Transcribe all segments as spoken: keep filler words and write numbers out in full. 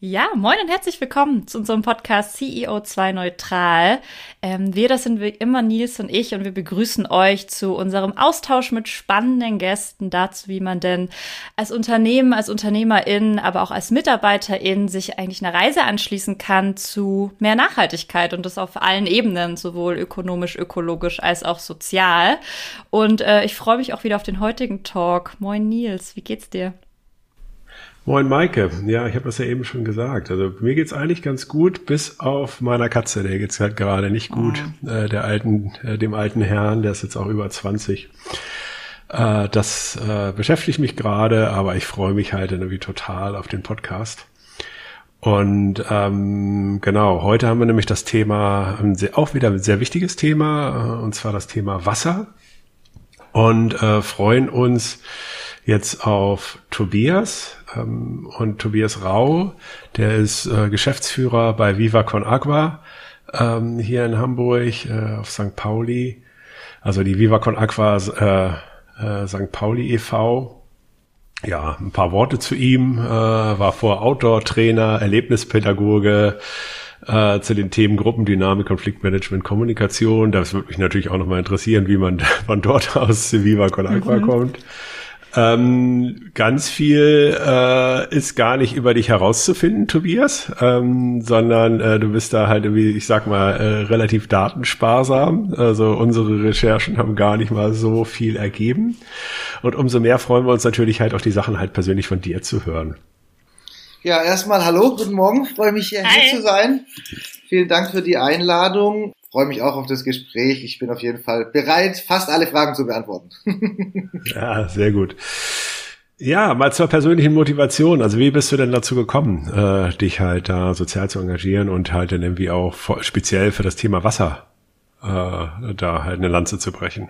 Ja, moin und herzlich willkommen zu unserem Podcast C E O zwei Neutral. Ähm, wir, das sind wie immer Nils und ich, und wir begrüßen euch zu unserem Austausch mit spannenden Gästen dazu, wie man denn als Unternehmen, als Unternehmerin, aber auch als Mitarbeiterin sich eigentlich einer Reise anschließen kann zu mehr Nachhaltigkeit, und das auf allen Ebenen, sowohl ökonomisch, ökologisch als auch sozial. Und äh, ich freue mich auch wieder auf den heutigen Talk. Moin Nils, wie geht's dir? Moin Maike, ja, ich habe das ja eben schon gesagt. Also mir geht's eigentlich ganz gut, bis auf meiner Katze, der geht's halt gerade nicht gut. Oh. Äh, der alten, äh, dem alten Herrn, der ist jetzt auch über zwanzig. Äh, das äh, beschäftigt mich gerade, aber ich freue mich halt irgendwie total auf den Podcast. Und ähm, genau, heute haben wir nämlich das Thema, ein sehr, auch wieder ein sehr wichtiges Thema, äh, und zwar das Thema Wasser. Und äh, freuen uns jetzt auf Tobias ähm, und Tobias Rau, der ist äh, Geschäftsführer bei Viva Con Agua ähm, hier in Hamburg äh, auf Sankt Pauli. Also die Viva Con Agua äh, äh, Sankt Pauli e V. Ja, ein paar Worte zu ihm. Äh, war vorher Outdoor-Trainer, Erlebnispädagoge äh, zu den Themen Gruppendynamik, Konfliktmanagement, Kommunikation. Das würde mich natürlich auch nochmal interessieren, wie man von dort aus zu Viva Con Agua mhm. kommt. Ähm, ganz viel äh, ist gar nicht über dich herauszufinden, Tobias, ähm, sondern äh, du bist da halt irgendwie, ich sag mal, äh, relativ datensparsam. Also unsere Recherchen haben gar nicht mal so viel ergeben. Und umso mehr freuen wir uns natürlich halt auch die Sachen halt persönlich von dir zu hören. Ja, erstmal hallo, guten Morgen, freue mich hier, hier zu sein. Vielen Dank für die Einladung. Freue mich auch auf das Gespräch. Ich bin auf jeden Fall bereit, fast alle Fragen zu beantworten. Ja, sehr gut. Ja, mal zur persönlichen Motivation. Also wie bist du denn dazu gekommen, äh, dich halt da sozial zu engagieren und halt dann irgendwie auch speziell für das Thema Wasser äh, da halt eine Lanze zu brechen?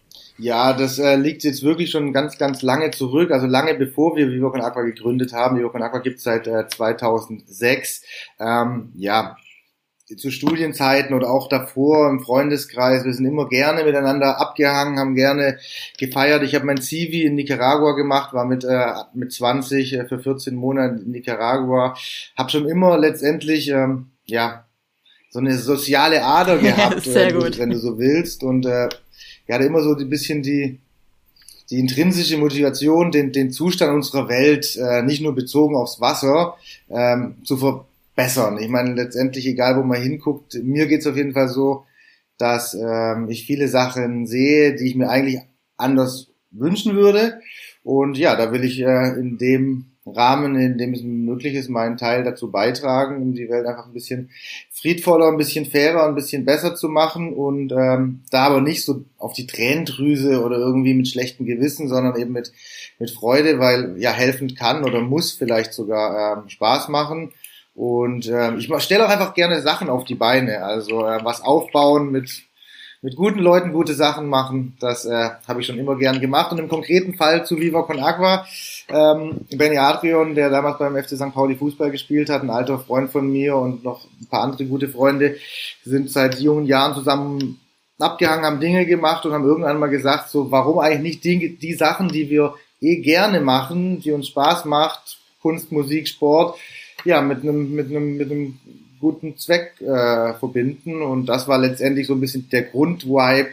Ja, das äh, liegt jetzt wirklich schon ganz, ganz lange zurück. Also lange bevor wir Viva Con Agua gegründet haben. Viva Con Agua gibt es seit äh, zweitausendsechs. Ähm, ja, zu Studienzeiten oder auch davor im Freundeskreis, wir sind immer gerne miteinander abgehangen, haben gerne gefeiert. Ich habe mein Zivi in Nicaragua gemacht, war mit äh, mit zwanzig äh, für vierzehn Monate in Nicaragua, habe schon immer letztendlich ähm, ja so eine soziale Ader gehabt, Sehr äh, gut. wenn du so willst, und äh, ja, da immer so ein bisschen die die intrinsische Motivation, den den Zustand unserer Welt äh, nicht nur bezogen aufs Wasser ähm, zu ver bessern. Ich meine, letztendlich, egal wo man hinguckt, mir geht's auf jeden Fall so, dass ähm, ich viele Sachen sehe, die ich mir eigentlich anders wünschen würde. Und ja, da will ich äh, in dem Rahmen, in dem es möglich ist, meinen Teil dazu beitragen, um die Welt einfach ein bisschen friedvoller, ein bisschen fairer, ein bisschen besser zu machen, und ähm, da aber nicht so auf die Tränendrüse oder irgendwie mit schlechtem Gewissen, sondern eben mit mit Freude, weil ja helfen kann oder muss vielleicht sogar ähm, Spaß machen. Und ähm, ich stelle auch einfach gerne Sachen auf die Beine, also äh, was aufbauen, mit mit guten Leuten gute Sachen machen, das äh, habe ich schon immer gern gemacht. Und im konkreten Fall zu Viva Con Agua, ähm, Benny Adrian, der damals beim F C Sankt Pauli Fußball gespielt hat, ein alter Freund von mir, und noch ein paar andere gute Freunde, sind seit jungen Jahren zusammen abgehangen, haben Dinge gemacht und haben irgendwann mal gesagt, so, warum eigentlich nicht die, die Sachen, die wir eh gerne machen, die uns Spaß macht, Kunst, Musik, Sport, ja, mit einem mit einem mit einem guten Zweck äh, verbinden. Und das war letztendlich so ein bisschen der Grundvibe,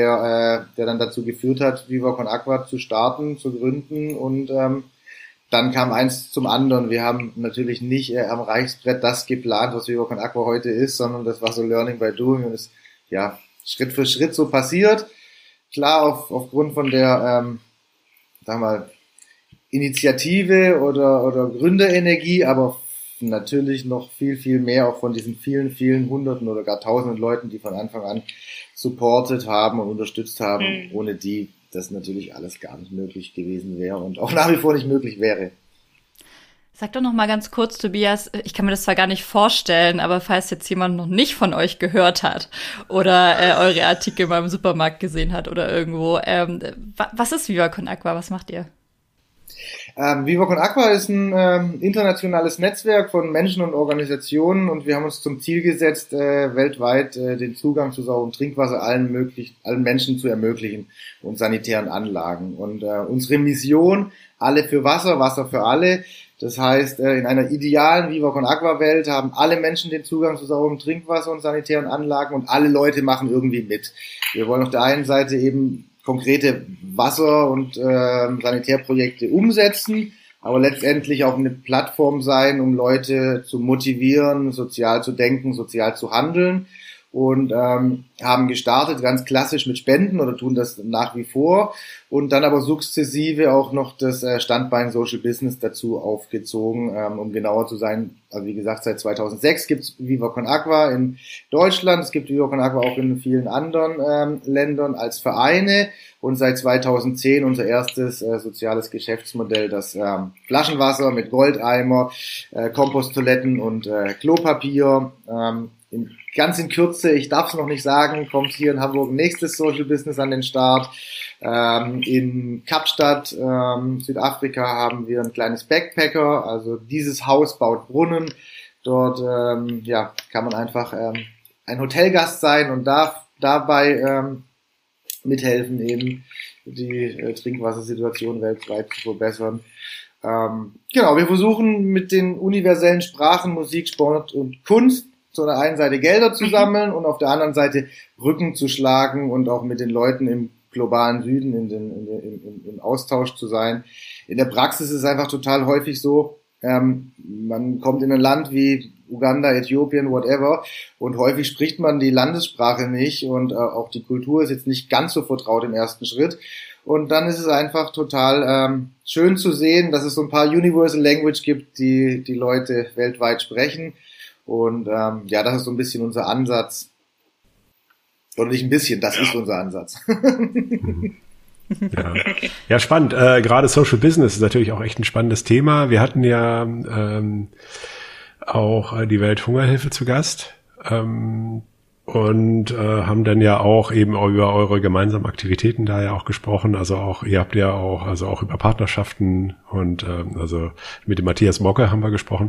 der äh, der dann dazu geführt hat, Viva Con Agua zu starten, zu gründen. Und ähm, dann kam eins zum anderen. Wir haben natürlich nicht äh, am Reichsbrett das geplant, was Viva Con Agua heute ist, sondern das war so Learning by Doing und ist ja Schritt für Schritt so passiert. Klar, auf aufgrund von der ähm, sagen wir mal Initiative oder oder Gründerenergie, aber natürlich noch viel, viel mehr auch von diesen vielen, vielen Hunderten oder gar Tausenden Leuten, die von Anfang an supportet haben und unterstützt haben, mhm. ohne die das natürlich alles gar nicht möglich gewesen wäre und auch nach wie vor nicht möglich wäre. Sag doch noch mal ganz kurz, Tobias, ich kann mir das zwar gar nicht vorstellen, aber falls jetzt jemand noch nicht von euch gehört hat oder äh, eure Artikel mal im Supermarkt gesehen hat oder irgendwo, ähm, was ist Viva Con Agua? Was macht ihr? Ähm, Viva Con Agua ist ein ähm, internationales Netzwerk von Menschen und Organisationen und wir haben uns zum Ziel gesetzt, äh, weltweit äh, den Zugang zu sauberem Trinkwasser allen möglich, allen Menschen zu ermöglichen und sanitären Anlagen. Und äh, unsere Mission, alle für Wasser, Wasser für alle. Das heißt, äh, in einer idealen Viva Con Agua Welt haben alle Menschen den Zugang zu sauberem Trinkwasser und sanitären Anlagen und alle Leute machen irgendwie mit. Wir wollen auf der einen Seite eben konkrete Wasser- und äh, Sanitärprojekte umsetzen, aber letztendlich auch eine Plattform sein, um Leute zu motivieren, sozial zu denken, sozial zu handeln und ähm, haben gestartet ganz klassisch mit Spenden oder tun das nach wie vor und dann aber sukzessive auch noch das äh, Standbein Social Business dazu aufgezogen, ähm, um genauer zu sein. Also wie gesagt, seit zweitausendsechs gibt es Viva Con Agua in Deutschland, es gibt Viva Con Agua auch in vielen anderen ähm, Ländern als Vereine und seit zweitausendzehn unser erstes äh, soziales Geschäftsmodell, das ähm, Flaschenwasser mit Goldeimer, äh, Komposttoiletten und äh, Klopapier, ähm, in, ganz in Kürze, ich darf es noch nicht sagen, kommt hier in Hamburg nächstes Social Business an den Start. Ähm, in Kapstadt, ähm, Südafrika, haben wir ein kleines Backpacker, also dieses Haus baut Brunnen. Dort ähm, ja, kann man einfach ähm, ein Hotelgast sein und darf dabei ähm, mithelfen, eben die äh, Trinkwassersituation weltweit zu verbessern. Ähm, genau, wir versuchen mit den universellen Sprachen Musik, Sport und Kunst zu der einen Seite Gelder zu sammeln und auf der anderen Seite Brücken zu schlagen und auch mit den Leuten im globalen Süden in den, in den, im, im Austausch zu sein. In der Praxis ist es einfach total häufig so, ähm, man kommt in ein Land wie Uganda, Äthiopien, whatever, und häufig spricht man die Landessprache nicht und äh, auch die Kultur ist jetzt nicht ganz so vertraut im ersten Schritt. Und dann ist es einfach total ähm, schön zu sehen, dass es so ein paar Universal Language gibt, die die Leute weltweit sprechen. Und ähm, ja, das ist so ein bisschen unser Ansatz. Oder nicht ein bisschen, das ist unser Ansatz. Ja, ja spannend. Äh, gerade Social Business ist natürlich auch echt ein spannendes Thema. Wir hatten ja ähm, auch die Welthungerhilfe zu Gast ähm, und äh, haben dann ja auch eben über eure gemeinsamen Aktivitäten da ja auch gesprochen. Also auch, ihr habt ja auch, also auch über Partnerschaften und ähm, also mit dem Matthias Mocke haben wir gesprochen.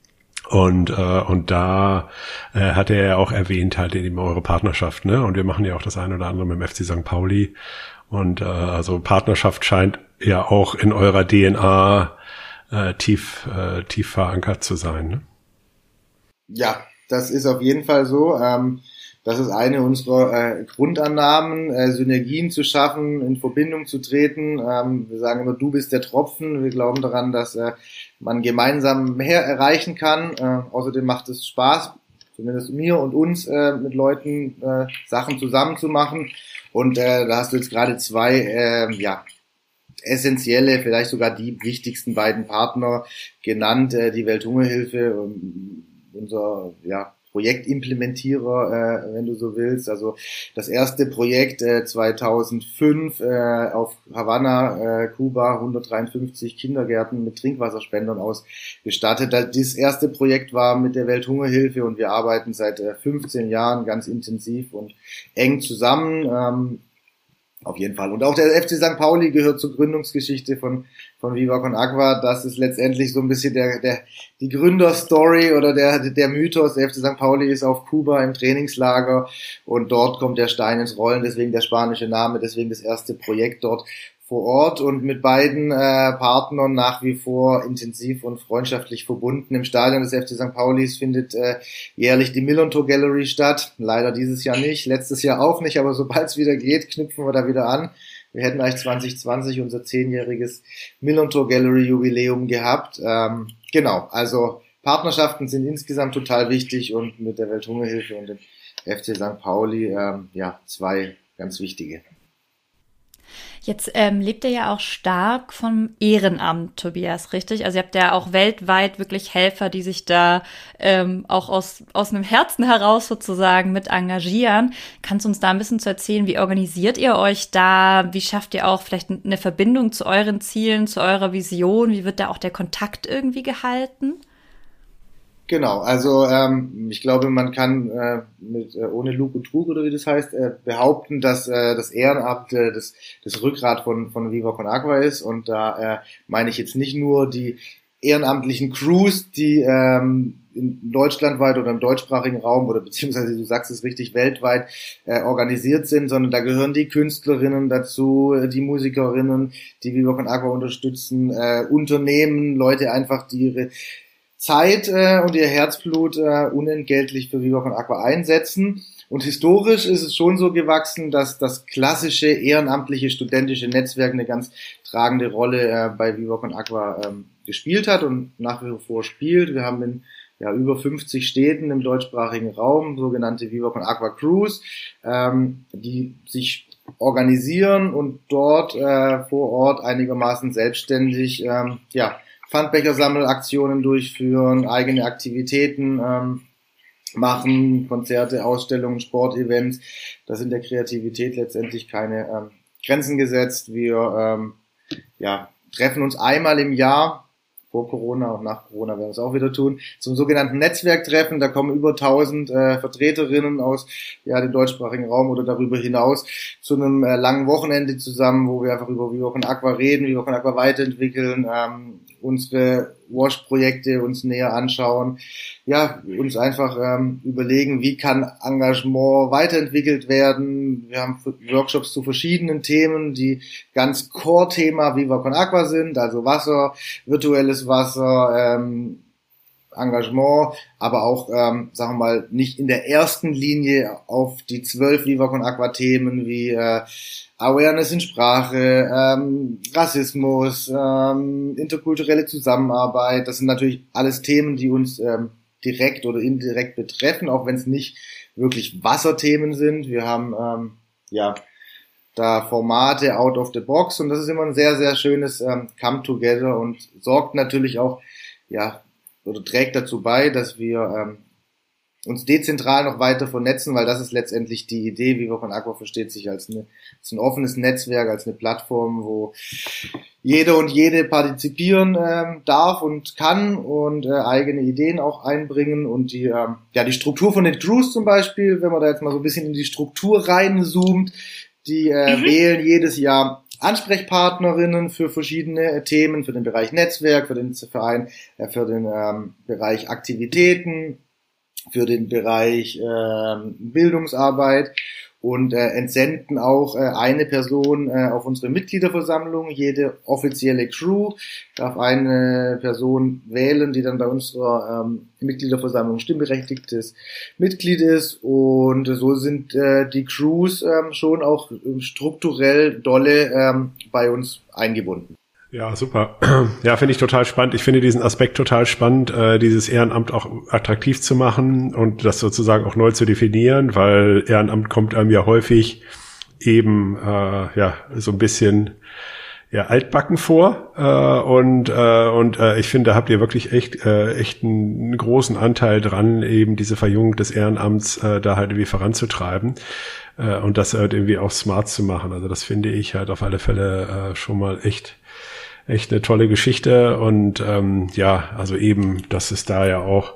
Und äh, und da äh, hat er ja auch erwähnt halt eben eure Partnerschaft, ne? Und wir machen ja auch das eine oder andere mit dem F C Sankt Pauli. Und äh, also Partnerschaft scheint ja auch in eurer D N A äh, tief äh, tief verankert zu sein, ne? Ja, das ist auf jeden Fall so. Ähm, das ist eine unserer äh, Grundannahmen, äh, Synergien zu schaffen, in Verbindung zu treten. Ähm, wir sagen immer, du bist der Tropfen. Wir glauben daran, dass äh, man gemeinsam mehr erreichen kann. Äh, außerdem macht es Spaß, zumindest mir und uns, äh, mit Leuten äh, Sachen zusammen zu machen. Und äh, da hast du jetzt gerade zwei, äh, ja, essentielle, vielleicht sogar die wichtigsten beiden Partner genannt, äh, die Welthungerhilfe, ähm, unser, ja, Projektimplementierer, äh, wenn du so willst. Also das erste Projekt äh, zweitausendfünf äh, auf Havanna, äh, Kuba, hundertdreiundfünfzig Kindergärten mit Trinkwasserspendern ausgestattet. Das erste Projekt war mit der Welthungerhilfe und wir arbeiten seit äh, fünfzehn Jahren ganz intensiv und eng zusammen. Ähm, Auf jeden Fall. Und auch der F C Sankt Pauli gehört zur Gründungsgeschichte von von Viva Con Agua. Das ist letztendlich so ein bisschen der der die Gründerstory oder der der Mythos. Der F C Sankt Pauli ist auf Kuba im Trainingslager und dort kommt der Stein ins Rollen. Deswegen der spanische Name, deswegen das erste Projekt dort vor Ort und mit beiden äh, Partnern nach wie vor intensiv und freundschaftlich verbunden. Im Stadion des F C Sankt Paulis findet äh, jährlich die Millon-Tour Gallery statt. Leider dieses Jahr nicht, letztes Jahr auch nicht, aber sobald es wieder geht, knüpfen wir da wieder an. Wir hätten eigentlich zwanzig zwanzig unser zehnjähriges Millon-Tour Gallery Jubiläum gehabt. Ähm, genau, also Partnerschaften sind insgesamt total wichtig und mit der Welthungerhilfe und dem F C Sankt Pauli ähm, ja zwei ganz wichtige. Jetzt ähm, lebt ihr ja auch stark vom Ehrenamt, Tobias, richtig? Also ihr habt ja auch weltweit wirklich Helfer, die sich da ähm, auch aus aus einem Herzen heraus sozusagen mit engagieren. Kannst du uns da ein bisschen zu erzählen, wie organisiert ihr euch da? Wie schafft ihr auch vielleicht eine Verbindung zu euren Zielen, zu eurer Vision? Wie wird da auch der Kontakt irgendwie gehalten? Genau, also ähm, ich glaube, man kann äh, mit äh, ohne Lug und Trug oder wie das heißt äh, behaupten, dass äh, das Ehrenamt äh, das, das Rückgrat von von Viva Con Agua ist, und da äh, meine ich jetzt nicht nur die ehrenamtlichen Crews, die ähm, in deutschlandweit oder im deutschsprachigen Raum oder beziehungsweise, du sagst es richtig, weltweit äh, organisiert sind, sondern da gehören die Künstlerinnen dazu, die Musikerinnen, die Viva Con Agua unterstützen, äh, Unternehmen, Leute einfach, die ihre Zeit äh, und ihr Herzblut äh, unentgeltlich für Viva Con Agua einsetzen. Und historisch ist es schon so gewachsen, dass das klassische ehrenamtliche studentische Netzwerk eine ganz tragende Rolle äh, bei Viva Con Agua ähm, gespielt hat und nach wie vor spielt. Wir haben in ja, über fünfzig Städten im deutschsprachigen Raum sogenannte Viva Con Agua Crews, ähm, die sich organisieren und dort äh, vor Ort einigermaßen selbstständig ähm, ja, Pfandbechersammelaktionen durchführen, eigene Aktivitäten ähm, machen, Konzerte, Ausstellungen, Sportevents. Da sind der Kreativität letztendlich keine ähm, Grenzen gesetzt. Wir ähm, ja, treffen uns einmal im Jahr, vor Corona und nach Corona werden wir es auch wieder tun, zum sogenannten Netzwerktreffen. Da kommen über tausend äh, Vertreterinnen aus ja, dem deutschsprachigen Raum oder darüber hinaus zu einem äh, langen Wochenende zusammen, wo wir einfach über Viva Con Agua reden, Viva Con Agua weiterentwickeln, ähm, unsere Wash-Projekte uns näher anschauen, ja, uns einfach ähm, überlegen, wie kann Engagement weiterentwickelt werden. Wir haben Workshops zu verschiedenen Themen, die ganz Core-Thema Viva Con Agua sind, also Wasser, virtuelles Wasser, ähm, Engagement, aber auch, ähm, sagen wir mal, nicht in der ersten Linie auf die zwölf Viva Con Agua Themen wie äh, Awareness in Sprache, ähm, Rassismus, ähm, interkulturelle Zusammenarbeit. Das sind natürlich alles Themen, die uns ähm, direkt oder indirekt betreffen, auch wenn es nicht wirklich Wasserthemen sind. Wir haben ähm, ja da Formate out of the box, und das ist immer ein sehr, sehr schönes ähm, Come Together und sorgt natürlich auch, ja, oder trägt dazu bei, dass wir ähm, uns dezentral noch weiter vernetzen, weil das ist letztendlich die Idee. Viva Con Agua versteht sich als, eine, als ein offenes Netzwerk, als eine Plattform, wo jeder und jede partizipieren ähm, darf und kann und äh, eigene Ideen auch einbringen, und die ähm, ja die Struktur von den Crews zum Beispiel, wenn man da jetzt mal so ein bisschen in die Struktur reinzoomt, die äh, mhm. wählen jedes Jahr Ansprechpartnerinnen für verschiedene Themen, für den Bereich Netzwerk, für den Verein, äh, für den ähm, Bereich Aktivitäten, für den Bereich ähm, Bildungsarbeit, und äh, entsenden auch äh, eine Person äh, auf unsere Mitgliederversammlung. Jede offizielle Crew darf eine Person wählen, die dann bei unserer ähm, Mitgliederversammlung stimmberechtigtes Mitglied ist, und so sind äh, die Crews ähm, schon auch strukturell dolle ähm, bei uns eingebunden. Ja, super. Ja, finde ich total spannend. Ich finde diesen Aspekt total spannend, äh, dieses Ehrenamt auch attraktiv zu machen und das sozusagen auch neu zu definieren, weil Ehrenamt kommt einem ja häufig eben äh, ja so ein bisschen ja altbacken vor äh, und äh, und äh, ich finde, da habt ihr wirklich echt äh, echt einen großen Anteil dran, eben diese Verjüngung des Ehrenamts äh, da halt irgendwie voranzutreiben äh, und das halt irgendwie auch smart zu machen. Also das finde ich halt auf alle Fälle äh, schon mal echt echt eine tolle Geschichte, und ähm, ja, also eben, das ist da ja auch,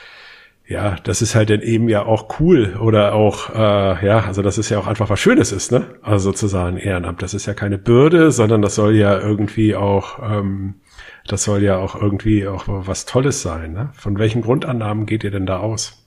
ja, das ist halt dann eben ja auch cool, oder auch, äh, ja, also das ist ja auch einfach was Schönes ist, ne? Also sozusagen Ehrenamt, das ist ja keine Bürde, sondern das soll ja irgendwie auch, ähm, das soll ja auch irgendwie auch was Tolles sein, ne? Von welchen Grundannahmen geht ihr denn da aus?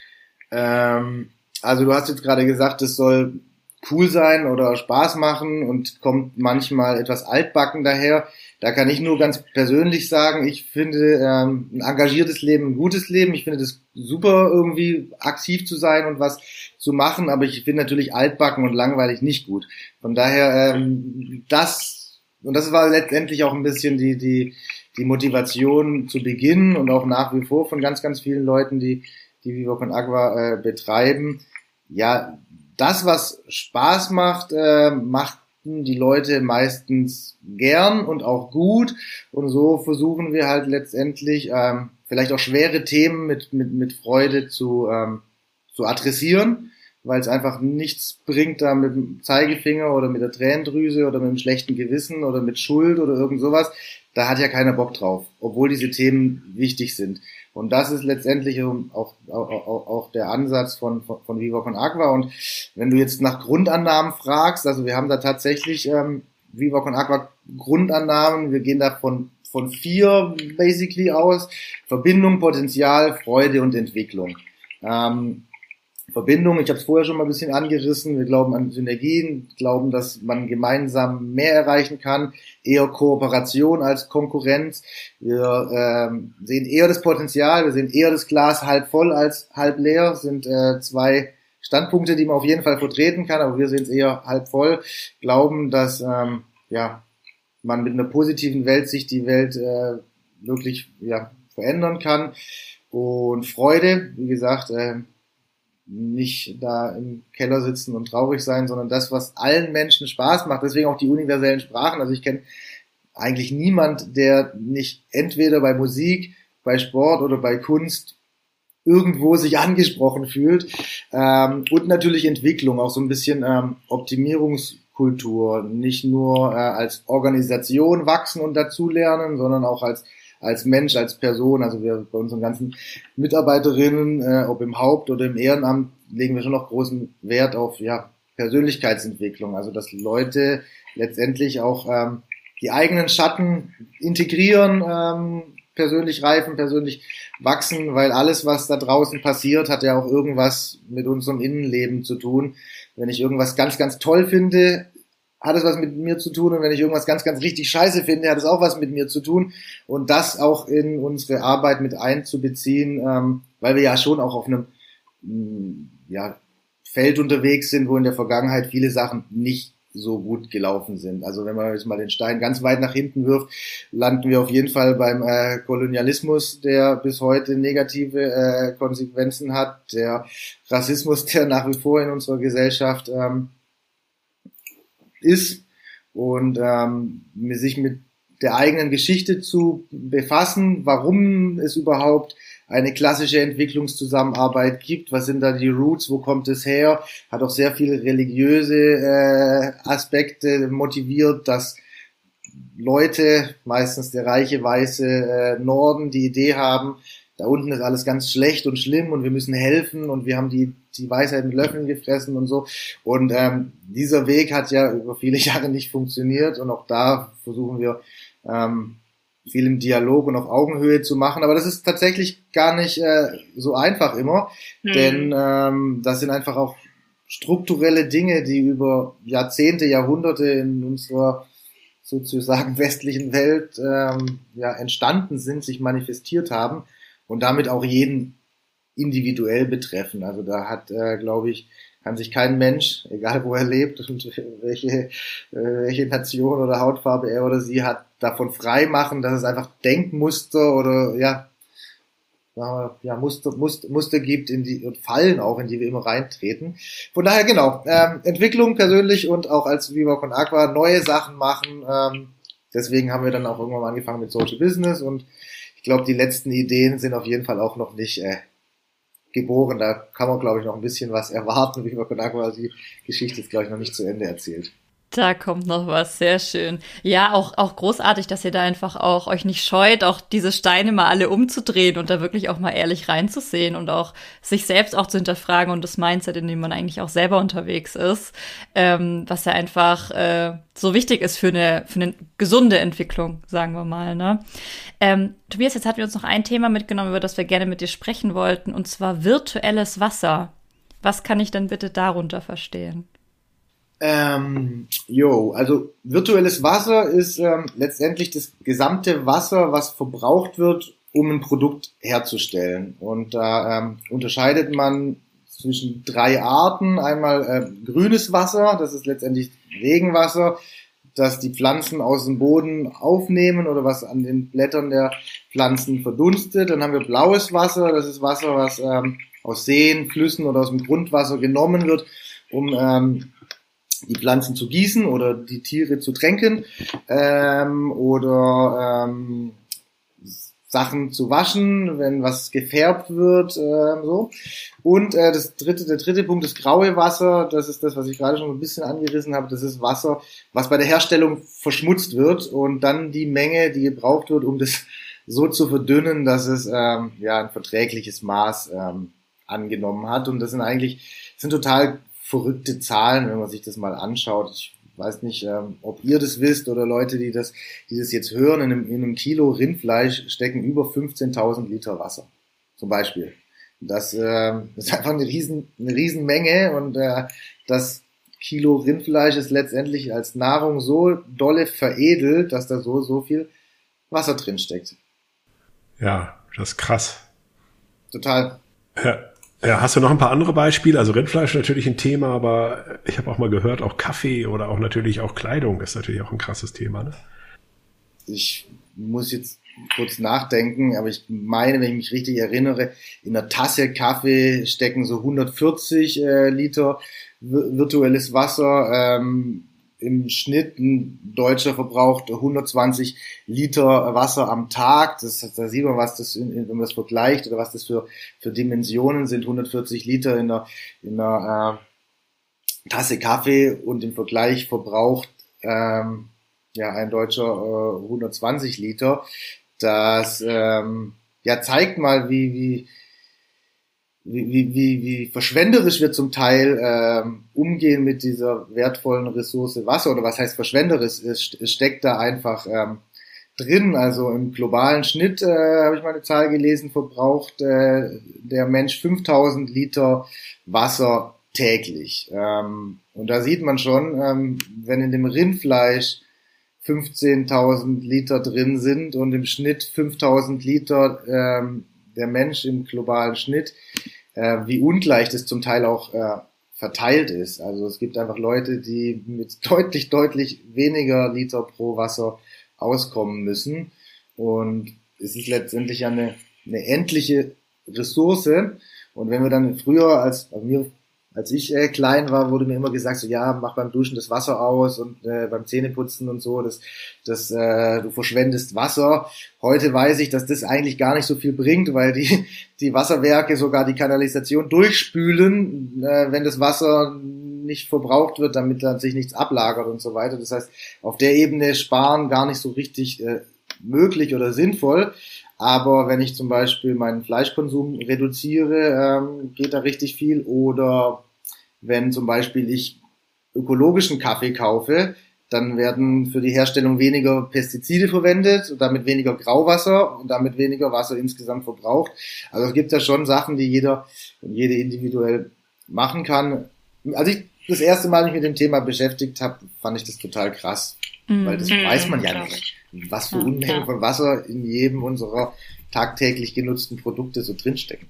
Ähm, also du hast jetzt gerade gesagt, es soll cool sein oder Spaß machen und kommt manchmal etwas altbacken daher. Da kann ich nur ganz persönlich sagen, ich finde ähm, ein engagiertes Leben ein gutes Leben. Ich finde das super, irgendwie aktiv zu sein und was zu machen, aber ich finde natürlich altbacken und langweilig nicht gut. Von daher ähm, das, und das war letztendlich auch ein bisschen die die die Motivation zu Beginn und auch nach wie vor von ganz, ganz vielen Leuten, die die Viva Con Agua äh, betreiben. Ja, das, was Spaß macht, äh, macht die Leute meistens gern und auch gut, und so versuchen wir halt letztendlich ähm, vielleicht auch schwere Themen mit mit mit Freude zu ähm, zu adressieren, weil es einfach nichts bringt, da mit dem Zeigefinger oder mit der Tränendrüse oder mit dem schlechten Gewissen oder mit Schuld oder irgend sowas da hat ja keiner Bock drauf, obwohl diese Themen wichtig sind. Und das ist letztendlich auch, auch, auch, auch der Ansatz von, von, von Viva Con Agua. Und wenn du jetzt nach Grundannahmen fragst, also wir haben da tatsächlich ähm, Viva Con Agua Grundannahmen, wir gehen da von, von vier basically aus: Verbindung, Potenzial, Freude und Entwicklung. Ähm, Verbindung, ich habe es vorher schon mal ein bisschen angerissen, wir glauben an Synergien, glauben, dass man gemeinsam mehr erreichen kann, eher Kooperation als Konkurrenz. Wir ähm, sehen eher das Potenzial, wir sehen eher das Glas halb voll als halb leer, das sind äh, zwei Standpunkte, die man auf jeden Fall vertreten kann, aber wir sehen es eher halb voll, glauben, dass ähm, ja man mit einer positiven Weltsicht die Welt äh, wirklich ja verändern kann. Und Freude, wie gesagt, äh, nicht da im Keller sitzen und traurig sein, sondern das, was allen Menschen Spaß macht. Deswegen auch die universellen Sprachen. Also ich kenne eigentlich niemand, der nicht entweder bei Musik, bei Sport oder bei Kunst irgendwo sich angesprochen fühlt. Ähm, und natürlich Entwicklung, auch so ein bisschen ähm, Optimierungskultur. Nicht nur äh, als Organisation wachsen und dazulernen, sondern auch als als Mensch, als Person. Also wir bei unseren ganzen Mitarbeiterinnen, äh, ob im Haupt- oder im Ehrenamt, legen wir schon noch großen Wert auf ja Persönlichkeitsentwicklung. Also dass Leute letztendlich auch ähm, die eigenen Schatten integrieren, ähm, persönlich reifen, persönlich wachsen, weil alles, was da draußen passiert, hat ja auch irgendwas mit unserem Innenleben zu tun. Wenn ich irgendwas ganz, ganz toll finde, hat es was mit mir zu tun, und wenn ich irgendwas ganz, ganz richtig scheiße finde, hat es auch was mit mir zu tun, und das auch in unsere Arbeit mit einzubeziehen, ähm, weil wir ja schon auch auf einem mh, ja, Feld unterwegs sind, wo in der Vergangenheit viele Sachen nicht so gut gelaufen sind. Also wenn man jetzt mal den Stein ganz weit nach hinten wirft, landen wir auf jeden Fall beim äh, Kolonialismus, der bis heute negative äh, Konsequenzen hat, der Rassismus, der nach wie vor in unserer Gesellschaft ähm, ist, und ähm, sich mit der eigenen Geschichte zu befassen, warum es überhaupt eine klassische Entwicklungszusammenarbeit gibt, was sind da die Roots, wo kommt es her, hat auch sehr viele religiöse äh, Aspekte motiviert, dass Leute, meistens der reiche weiße äh, Norden, die Idee haben, da unten ist alles ganz schlecht und schlimm und wir müssen helfen und wir haben die die Weisheit mit Löffeln gefressen und so. Und ähm, dieser Weg hat ja über viele Jahre nicht funktioniert, und auch da versuchen wir ähm, viel im Dialog und auf Augenhöhe zu machen. Aber das ist tatsächlich gar nicht äh, so einfach immer, hm. denn ähm, das sind einfach auch strukturelle Dinge, die über Jahrzehnte, Jahrhunderte in unserer sozusagen westlichen Welt ähm, ja entstanden sind, sich manifestiert haben und damit auch jeden individuell betreffen. Also da hat, äh, glaube ich, kann sich kein Mensch, egal wo er lebt und welche, äh, welche Nation oder Hautfarbe er oder sie hat, davon frei machen, dass es einfach Denkmuster oder ja, ja Muster, Muster, Muster gibt, in die und Fallen auch, in die wir immer reintreten. Von daher genau, ähm, Entwicklung persönlich und auch als Viva Con Agua neue Sachen machen. Ähm, deswegen haben wir dann auch irgendwann mal angefangen mit Social Business, und ich glaube, die letzten Ideen sind auf jeden Fall auch noch nicht äh, geboren. Da kann man, glaube ich, noch ein bisschen was erwarten. Viva Con Agua, die Geschichte ist, glaube ich, noch nicht zu Ende erzählt. Da kommt noch was, sehr schön. Ja, auch auch großartig, dass ihr da einfach auch euch nicht scheut, auch diese Steine mal alle umzudrehen und da wirklich auch mal ehrlich reinzusehen und auch sich selbst auch zu hinterfragen und das Mindset, in dem man eigentlich auch selber unterwegs ist, ähm, was ja einfach äh, so wichtig ist für eine für eine gesunde Entwicklung, sagen wir mal, ne? Ähm, Tobias, jetzt hatten wir uns noch ein Thema mitgenommen, über das wir gerne mit dir sprechen wollten, und zwar virtuelles Wasser. Was kann ich denn bitte darunter verstehen? Ähm, jo, also virtuelles Wasser ist ähm, letztendlich das gesamte Wasser, was verbraucht wird, um ein Produkt herzustellen. Und da ähm, unterscheidet man zwischen drei Arten. Einmal äh, grünes Wasser, das ist letztendlich Regenwasser, das die Pflanzen aus dem Boden aufnehmen oder was an den Blättern der Pflanzen verdunstet. Dann haben wir blaues Wasser, das ist Wasser, was ähm, aus Seen, Flüssen oder aus dem Grundwasser genommen wird, um ähm, die Pflanzen zu gießen oder die Tiere zu tränken, ähm, oder ähm, Sachen zu waschen, wenn was gefärbt wird, äh, so. Und äh, das dritte, der dritte Punkt, das graue Wasser, das ist das, was ich gerade schon ein bisschen angerissen habe, das ist Wasser, was bei der Herstellung verschmutzt wird und dann die Menge, die gebraucht wird, um das so zu verdünnen, dass es ähm, ja ein verträgliches Maß ähm, angenommen hat. Und das sind eigentlich, das sind total verrückte Zahlen, wenn man sich das mal anschaut. Ich weiß nicht, ähm, ob ihr das wisst oder Leute, die das, die das jetzt hören, in einem, in einem Kilo Rindfleisch stecken über fünfzehntausend Liter Wasser, zum Beispiel. Das, äh, das ist einfach eine riesen, eine riesen Menge und äh, das Kilo Rindfleisch ist letztendlich als Nahrung so dolle veredelt, dass da so, so viel Wasser drin steckt. Ja, das ist krass. Total. Ja. Ja, hast du noch ein paar andere Beispiele? Also Rindfleisch ist natürlich ein Thema, aber ich habe auch mal gehört, auch Kaffee oder auch natürlich auch Kleidung ist natürlich auch ein krasses Thema, ne? Ich muss jetzt kurz nachdenken, aber ich meine, wenn ich mich richtig erinnere, in einer Tasse Kaffee stecken so hundertvierzig äh, Liter virtuelles Wasser. Ähm, Im Schnitt ein Deutscher verbraucht hundertzwanzig Liter Wasser am Tag. Das, da sieht man, was das, in, wenn man das vergleicht oder was das für, für Dimensionen sind. hundertvierzig Liter in einer, in einer äh, Tasse Kaffee und im Vergleich verbraucht ähm, ja ein Deutscher äh, hundertzwanzig Liter. Das ähm, ja zeigt mal, wie wie Wie, wie, wie verschwenderisch wir zum Teil ähm, umgehen mit dieser wertvollen Ressource Wasser, oder was heißt verschwenderisch, es, es steckt da einfach ähm, drin. Also im globalen Schnitt, äh, habe ich mal eine Zahl gelesen, verbraucht äh, der Mensch fünftausend Liter Wasser täglich. Ähm, und da sieht man schon, ähm, wenn in dem Rindfleisch fünfzehntausend Liter drin sind und im Schnitt fünftausend Liter ähm, der Mensch im globalen Schnitt, äh, wie ungleich das zum Teil auch äh, verteilt ist. Also es gibt einfach Leute, die mit deutlich, deutlich weniger Liter pro Wasser auskommen müssen. Und es ist letztendlich eine, eine endliche Ressource. Und wenn wir dann früher, als also mir, als ich äh, klein war, wurde mir immer gesagt, so ja, mach beim Duschen das Wasser aus und äh, beim Zähneputzen und so, das, das, äh, du verschwendest Wasser. Heute weiß ich, dass das eigentlich gar nicht so viel bringt, weil die, die Wasserwerke sogar die Kanalisation durchspülen, äh, wenn das Wasser nicht verbraucht wird, damit dann sich nichts ablagert und so weiter. Das heißt, auf der Ebene sparen gar nicht so richtig äh, möglich oder sinnvoll. Aber wenn ich zum Beispiel meinen Fleischkonsum reduziere, ähm, geht da richtig viel. Oder wenn zum Beispiel ich ökologischen Kaffee kaufe, dann werden für die Herstellung weniger Pestizide verwendet und damit weniger Grauwasser und damit weniger Wasser insgesamt verbraucht. Also es gibt ja schon Sachen, die jeder und jede individuell machen kann. Als ich das erste Mal mich mit dem Thema beschäftigt habe, fand ich das total krass, mhm. weil das weiß man ja nicht, was für ja, Unmengen ja. von Wasser in jedem unserer tagtäglich genutzten Produkte so drinstecken.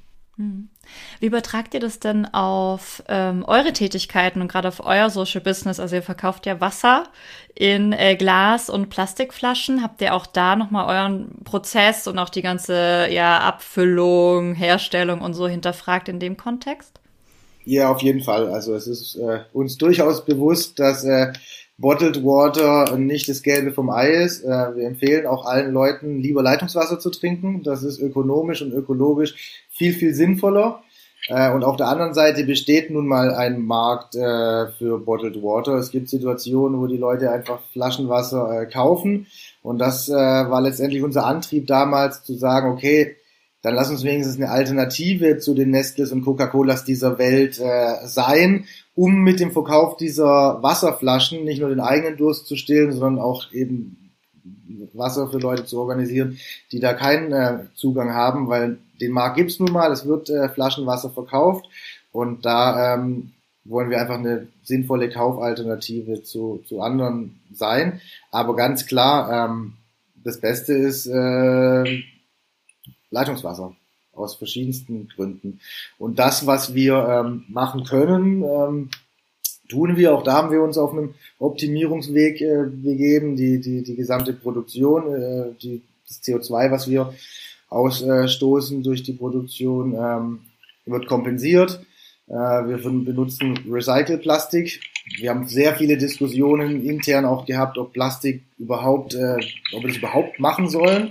Wie übertragt ihr das denn auf ähm, eure Tätigkeiten und gerade auf euer Social Business? Also ihr verkauft ja Wasser in äh, Glas- und Plastikflaschen. Habt ihr auch da nochmal euren Prozess und auch die ganze ja, Abfüllung, Herstellung und so hinterfragt in dem Kontext? Ja, auf jeden Fall. Also es ist äh, uns durchaus bewusst, dass äh, Bottled Water nicht das Gelbe vom Ei ist. Äh, wir empfehlen auch allen Leuten, lieber Leitungswasser zu trinken. Das ist ökonomisch und ökologisch viel, viel sinnvoller. Äh, und auf der anderen Seite besteht nun mal ein Markt äh, für Bottled Water. Es gibt Situationen, wo die Leute einfach Flaschenwasser äh, kaufen. Und das äh, war letztendlich unser Antrieb damals, zu sagen, okay, dann lass uns wenigstens eine Alternative zu den Nestles und Coca-Colas dieser Welt äh, sein, um mit dem Verkauf dieser Wasserflaschen nicht nur den eigenen Durst zu stillen, sondern auch eben Wasser für Leute zu organisieren, die da keinen äh, Zugang haben, weil den Markt gibt's nun mal, es wird äh, Flaschenwasser verkauft und da ähm, wollen wir einfach eine sinnvolle Kaufalternative zu, zu anderen sein. Aber ganz klar, ähm, das Beste ist äh, Leitungswasser, aus verschiedensten Gründen. Und das, was wir ähm, machen können, ähm, tun wir. Auch da haben wir uns auf einem Optimierungsweg äh, begeben. Die, die, die gesamte Produktion, äh, die, das C O zwei, was wir ausstoßen durch die Produktion, ähm, wird kompensiert. Äh, wir benutzen Recycle-Plastik. Wir haben sehr viele Diskussionen intern auch gehabt, ob Plastik überhaupt, äh, ob wir das überhaupt machen sollen.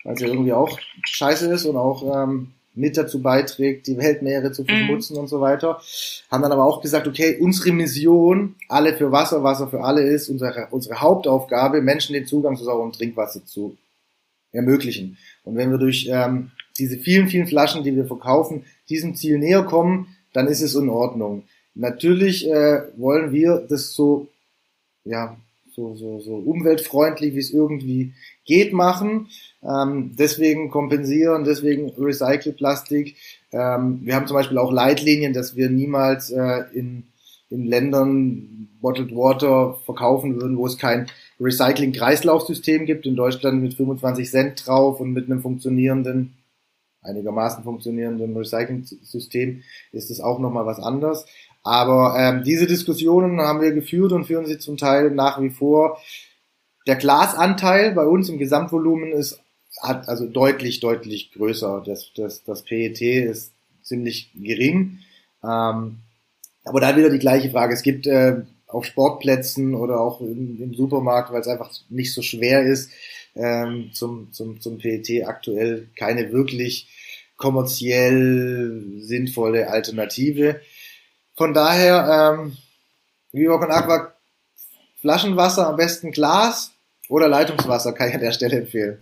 weil es ja irgendwie auch scheiße ist und auch ähm, mit dazu beiträgt, die Weltmeere zu verschmutzen mhm. und so weiter. Haben dann aber auch gesagt, okay, unsere Mission, alle für Wasser, Wasser für alle ist, unsere, unsere Hauptaufgabe, Menschen den Zugang zu sauberem Trinkwasser zu ermöglichen. Und wenn wir durch ähm, diese vielen, vielen Flaschen, die wir verkaufen, diesem Ziel näher kommen, dann ist es in Ordnung. Natürlich äh, wollen wir das so, ja, so, so, so umweltfreundlich, wie es irgendwie geht, machen. Ähm, deswegen kompensieren, deswegen Recycelplastik. Ähm, wir haben zum Beispiel auch Leitlinien, dass wir niemals äh, in, in Ländern Bottled Water verkaufen würden, wo es kein Recycling-Kreislaufsystem gibt. In Deutschland mit fünfundzwanzig Cent drauf und mit einem funktionierenden, einigermaßen funktionierenden Recycling-System ist es auch nochmal was anderes. Aber ähm, diese Diskussionen haben wir geführt und führen sie zum Teil nach wie vor. Der Glasanteil bei uns im Gesamtvolumen ist hat also deutlich, deutlich größer. Das, das, das P E T ist ziemlich gering. Ähm, aber da wieder die gleiche Frage. Es gibt äh, auf Sportplätzen oder auch im, im Supermarkt, weil es einfach nicht so schwer ist, ähm, zum, zum, zum P E T aktuell keine wirklich kommerziell sinnvolle Alternative. Von daher, ähm, Viva Con Aqua, Flaschenwasser, am besten Glas oder Leitungswasser, kann ich an der Stelle empfehlen.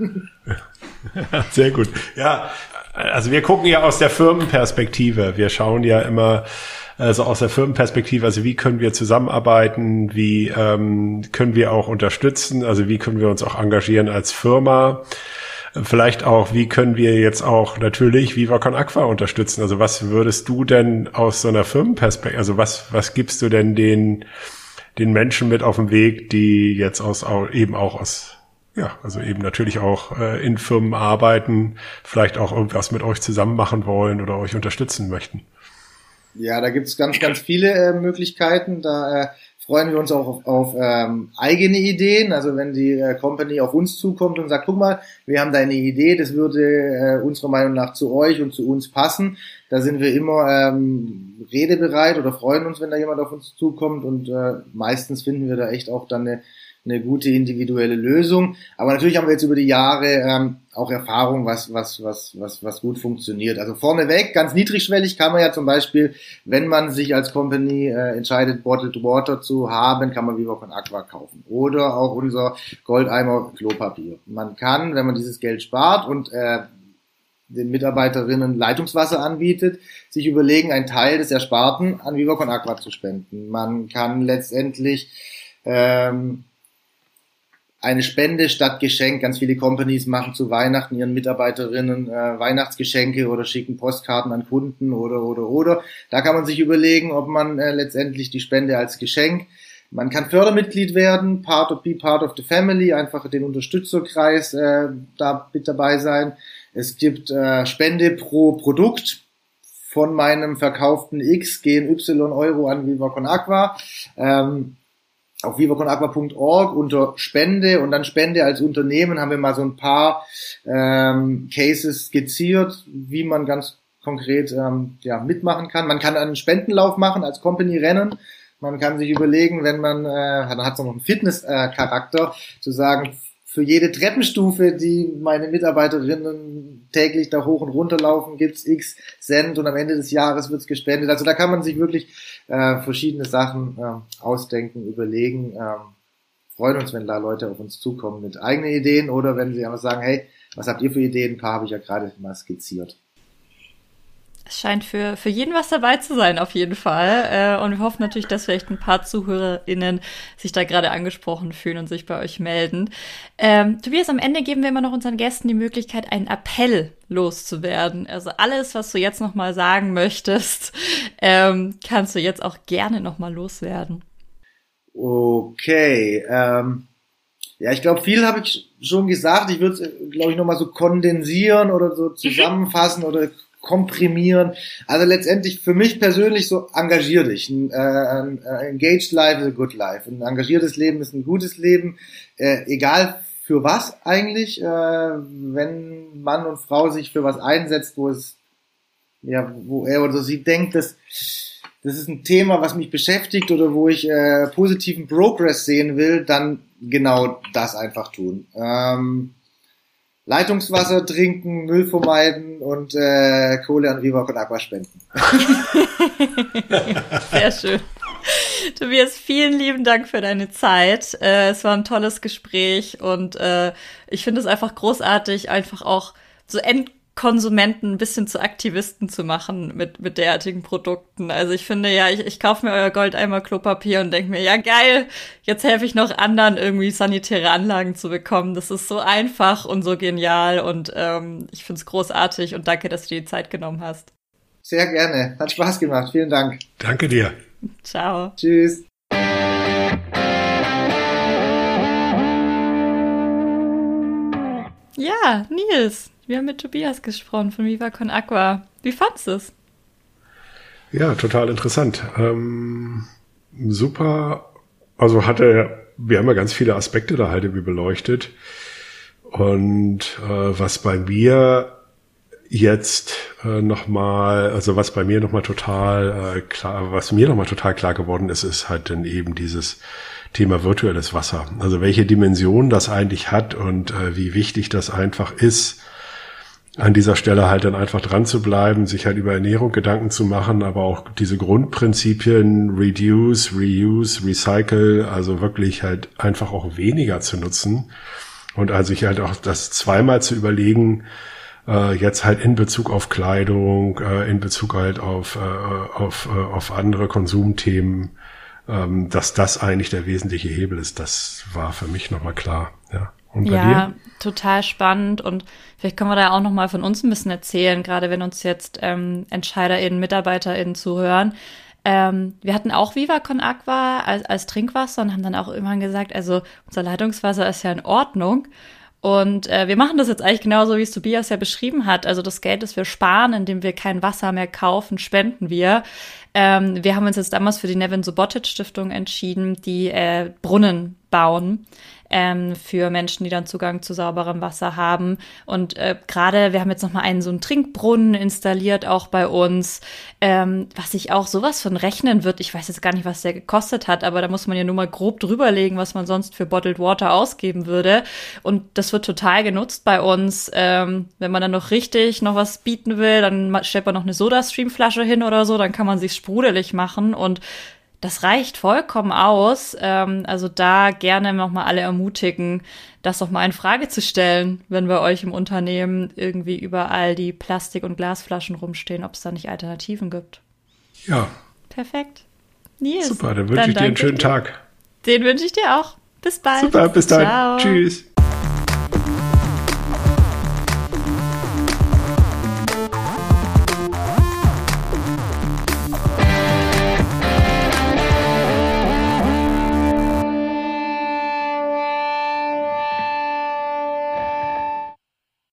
Sehr gut. Ja, also wir gucken ja aus der Firmenperspektive. Wir schauen ja immer also aus der Firmenperspektive, also wie können wir zusammenarbeiten, wie ähm, können wir auch unterstützen, also wie können wir uns auch engagieren als Firma. Vielleicht auch, wie können wir jetzt auch natürlich Viva Con Aqua unterstützen? Also was würdest du denn aus so einer Firmenperspektive, also was was gibst du denn den den Menschen mit auf den Weg, die jetzt aus eben auch aus ja also eben natürlich auch äh, in Firmen arbeiten, vielleicht auch irgendwas mit euch zusammen machen wollen oder euch unterstützen möchten? Ja, da gibt's ganz ganz viele äh, Möglichkeiten. Da äh, freuen wir uns auch auf, auf ähm, eigene Ideen. Also wenn die äh, Company auf uns zukommt und sagt, guck mal, wir haben da eine Idee, das würde äh, unserer Meinung nach zu euch und zu uns passen. Da sind wir immer ähm, redebereit oder freuen uns, wenn da jemand auf uns zukommt. Und äh, meistens finden wir da echt auch dann eine, eine gute individuelle Lösung. Aber natürlich haben wir jetzt über die Jahre ähm, auch Erfahrung, was was was was was gut funktioniert. Also vorneweg, ganz niedrigschwellig kann man ja zum Beispiel, wenn man sich als Company äh, entscheidet, Bottled Water zu haben, kann man Viva Con Aqua kaufen. Oder auch unser Goldeimer Klopapier. Man kann, wenn man dieses Geld spart und äh, den Mitarbeiterinnen Leitungswasser anbietet, sich überlegen, einen Teil des Ersparten an Viva Con Aqua zu spenden. Man kann letztendlich ähm, eine Spende statt Geschenk. Ganz viele Companies machen zu Weihnachten ihren Mitarbeiterinnen äh, Weihnachtsgeschenke oder schicken Postkarten an Kunden oder, oder, oder. Da kann man sich überlegen, ob man äh, letztendlich die Spende als Geschenk. Man kann Fördermitglied werden, part of, be part of the family, einfach den Unterstützerkreis äh, da mit dabei sein. Es gibt äh, Spende pro Produkt. Von meinem verkauften X gehen Y Euro an Viva Con Aqua. Ähm, auf viva con aqua punkt org unter Spende und dann Spende als Unternehmen haben wir mal so ein paar ähm, Cases skizziert, wie man ganz konkret ähm, ja mitmachen kann. Man kann einen Spendenlauf machen als Company-Rennen. Man kann sich überlegen, wenn man, äh, dann hat es noch einen Fitness-Charakter, äh, zu sagen, für jede Treppenstufe, die meine Mitarbeiterinnen täglich da hoch und runter laufen, gibt's X Cent und am Ende des Jahres wird's gespendet. Also da kann man sich wirklich äh, verschiedene Sachen äh, ausdenken, überlegen. Ähm, freuen uns, wenn da Leute auf uns zukommen mit eigenen Ideen oder wenn sie einfach sagen, hey, was habt ihr für Ideen? Ein paar habe ich ja gerade mal skizziert. Es scheint für, für jeden was dabei zu sein, auf jeden Fall. Äh, und wir hoffen natürlich, dass vielleicht ein paar ZuhörerInnen sich da gerade angesprochen fühlen und sich bei euch melden. Ähm, Tobias, am Ende geben wir immer noch unseren Gästen die Möglichkeit, einen Appell loszuwerden. Also alles, was du jetzt noch mal sagen möchtest, ähm, kannst du jetzt auch gerne noch mal loswerden. Okay, ähm, ja, ich glaube, viel habe ich schon gesagt. Ich würde es, glaube ich, noch mal so kondensieren oder so zusammenfassen mhm. oder komprimieren. Also letztendlich für mich persönlich so, engagier dich. Ein, äh, ein engaged life is a good life. Ein engagiertes Leben ist ein gutes Leben. Äh, egal für was eigentlich, äh, wenn Mann und Frau sich für was einsetzt, wo es, ja, wo er oder sie denkt, dass das ist ein Thema, was mich beschäftigt oder wo ich äh, positiven Progress sehen will, dann genau das einfach tun. Ähm, Leitungswasser trinken, Müll vermeiden und äh, Kohle an Viva Con Agua spenden. Sehr schön. Tobias, vielen lieben Dank für deine Zeit. Äh, es war ein tolles Gespräch und äh, ich finde es einfach großartig, einfach auch so Endkonsumenten ein bisschen zu Aktivisten zu machen mit mit derartigen Produkten. Also ich finde ja, ich, ich kaufe mir euer Goldeimer Klopapier und denke mir, ja geil, jetzt helfe ich noch anderen irgendwie sanitäre Anlagen zu bekommen. Das ist so einfach und so genial und ähm, ich finde es großartig und danke, dass du dir die Zeit genommen hast. Sehr gerne, hat Spaß gemacht, vielen Dank. Danke dir. Ciao. Tschüss. Ja, Nils, wir haben mit Tobias gesprochen von Viva Con Agua. Wie fandst du es? Ja, total interessant. Ähm, super. Also hatte, wir haben ja ganz viele Aspekte da halt irgendwie beleuchtet. Und äh, was bei mir jetzt äh, nochmal, also was bei mir nochmal total äh, klar, was mir nochmal total klar geworden ist, ist halt dann eben dieses Thema virtuelles Wasser. Also welche Dimension das eigentlich hat und äh, wie wichtig das einfach ist, an dieser Stelle halt dann einfach dran zu bleiben, sich halt über Ernährung Gedanken zu machen, aber auch diese Grundprinzipien Reduce, Reuse, Recycle, also wirklich halt einfach auch weniger zu nutzen und also sich halt auch das zweimal zu überlegen, äh, jetzt halt in Bezug auf Kleidung, äh, in Bezug halt auf, äh, auf, äh, auf andere Konsumthemen, ähm, dass das eigentlich der wesentliche Hebel ist. Das war für mich nochmal klar, ja. Und bei ja, dir? Total spannend und vielleicht können wir da auch noch mal von uns ein bisschen erzählen, gerade wenn uns jetzt ähm, EntscheiderInnen, MitarbeiterInnen zuhören. Ähm, wir hatten auch Viva Con Agua als, als Trinkwasser und haben dann auch irgendwann gesagt, also unser Leitungswasser ist ja in Ordnung und äh, wir machen das jetzt eigentlich genauso, wie es Tobias ja beschrieben hat. Also das Geld, das wir sparen, indem wir kein Wasser mehr kaufen, spenden wir. Ähm, wir haben uns jetzt damals für die Nevin Subotic Stiftung entschieden, die äh, Brunnen bauen. Ähm, für Menschen, die dann Zugang zu sauberem Wasser haben. Und äh, gerade, wir haben jetzt noch mal einen so einen Trinkbrunnen installiert, auch bei uns, ähm, was sich auch sowas von rechnen wird. Ich weiß jetzt gar nicht, was der gekostet hat, aber da muss man ja nur mal grob drüberlegen, was man sonst für Bottled Water ausgeben würde. Und das wird total genutzt bei uns. Ähm, wenn man dann noch richtig noch was bieten will, dann stellt man noch eine Soda-Stream-Flasche hin oder so, dann kann man sich sprudelig machen und das reicht vollkommen aus. Ähm, also da gerne nochmal alle ermutigen, das doch mal in Frage zu stellen, wenn bei euch im Unternehmen irgendwie überall die Plastik- und Glasflaschen rumstehen, ob es da nicht Alternativen gibt. Ja. Perfekt. Nils, super, dann wünsche ich dir einen schönen dir. Tag. Den wünsche ich dir auch. Bis bald. Super, bis dann. Ciao. Tschüss.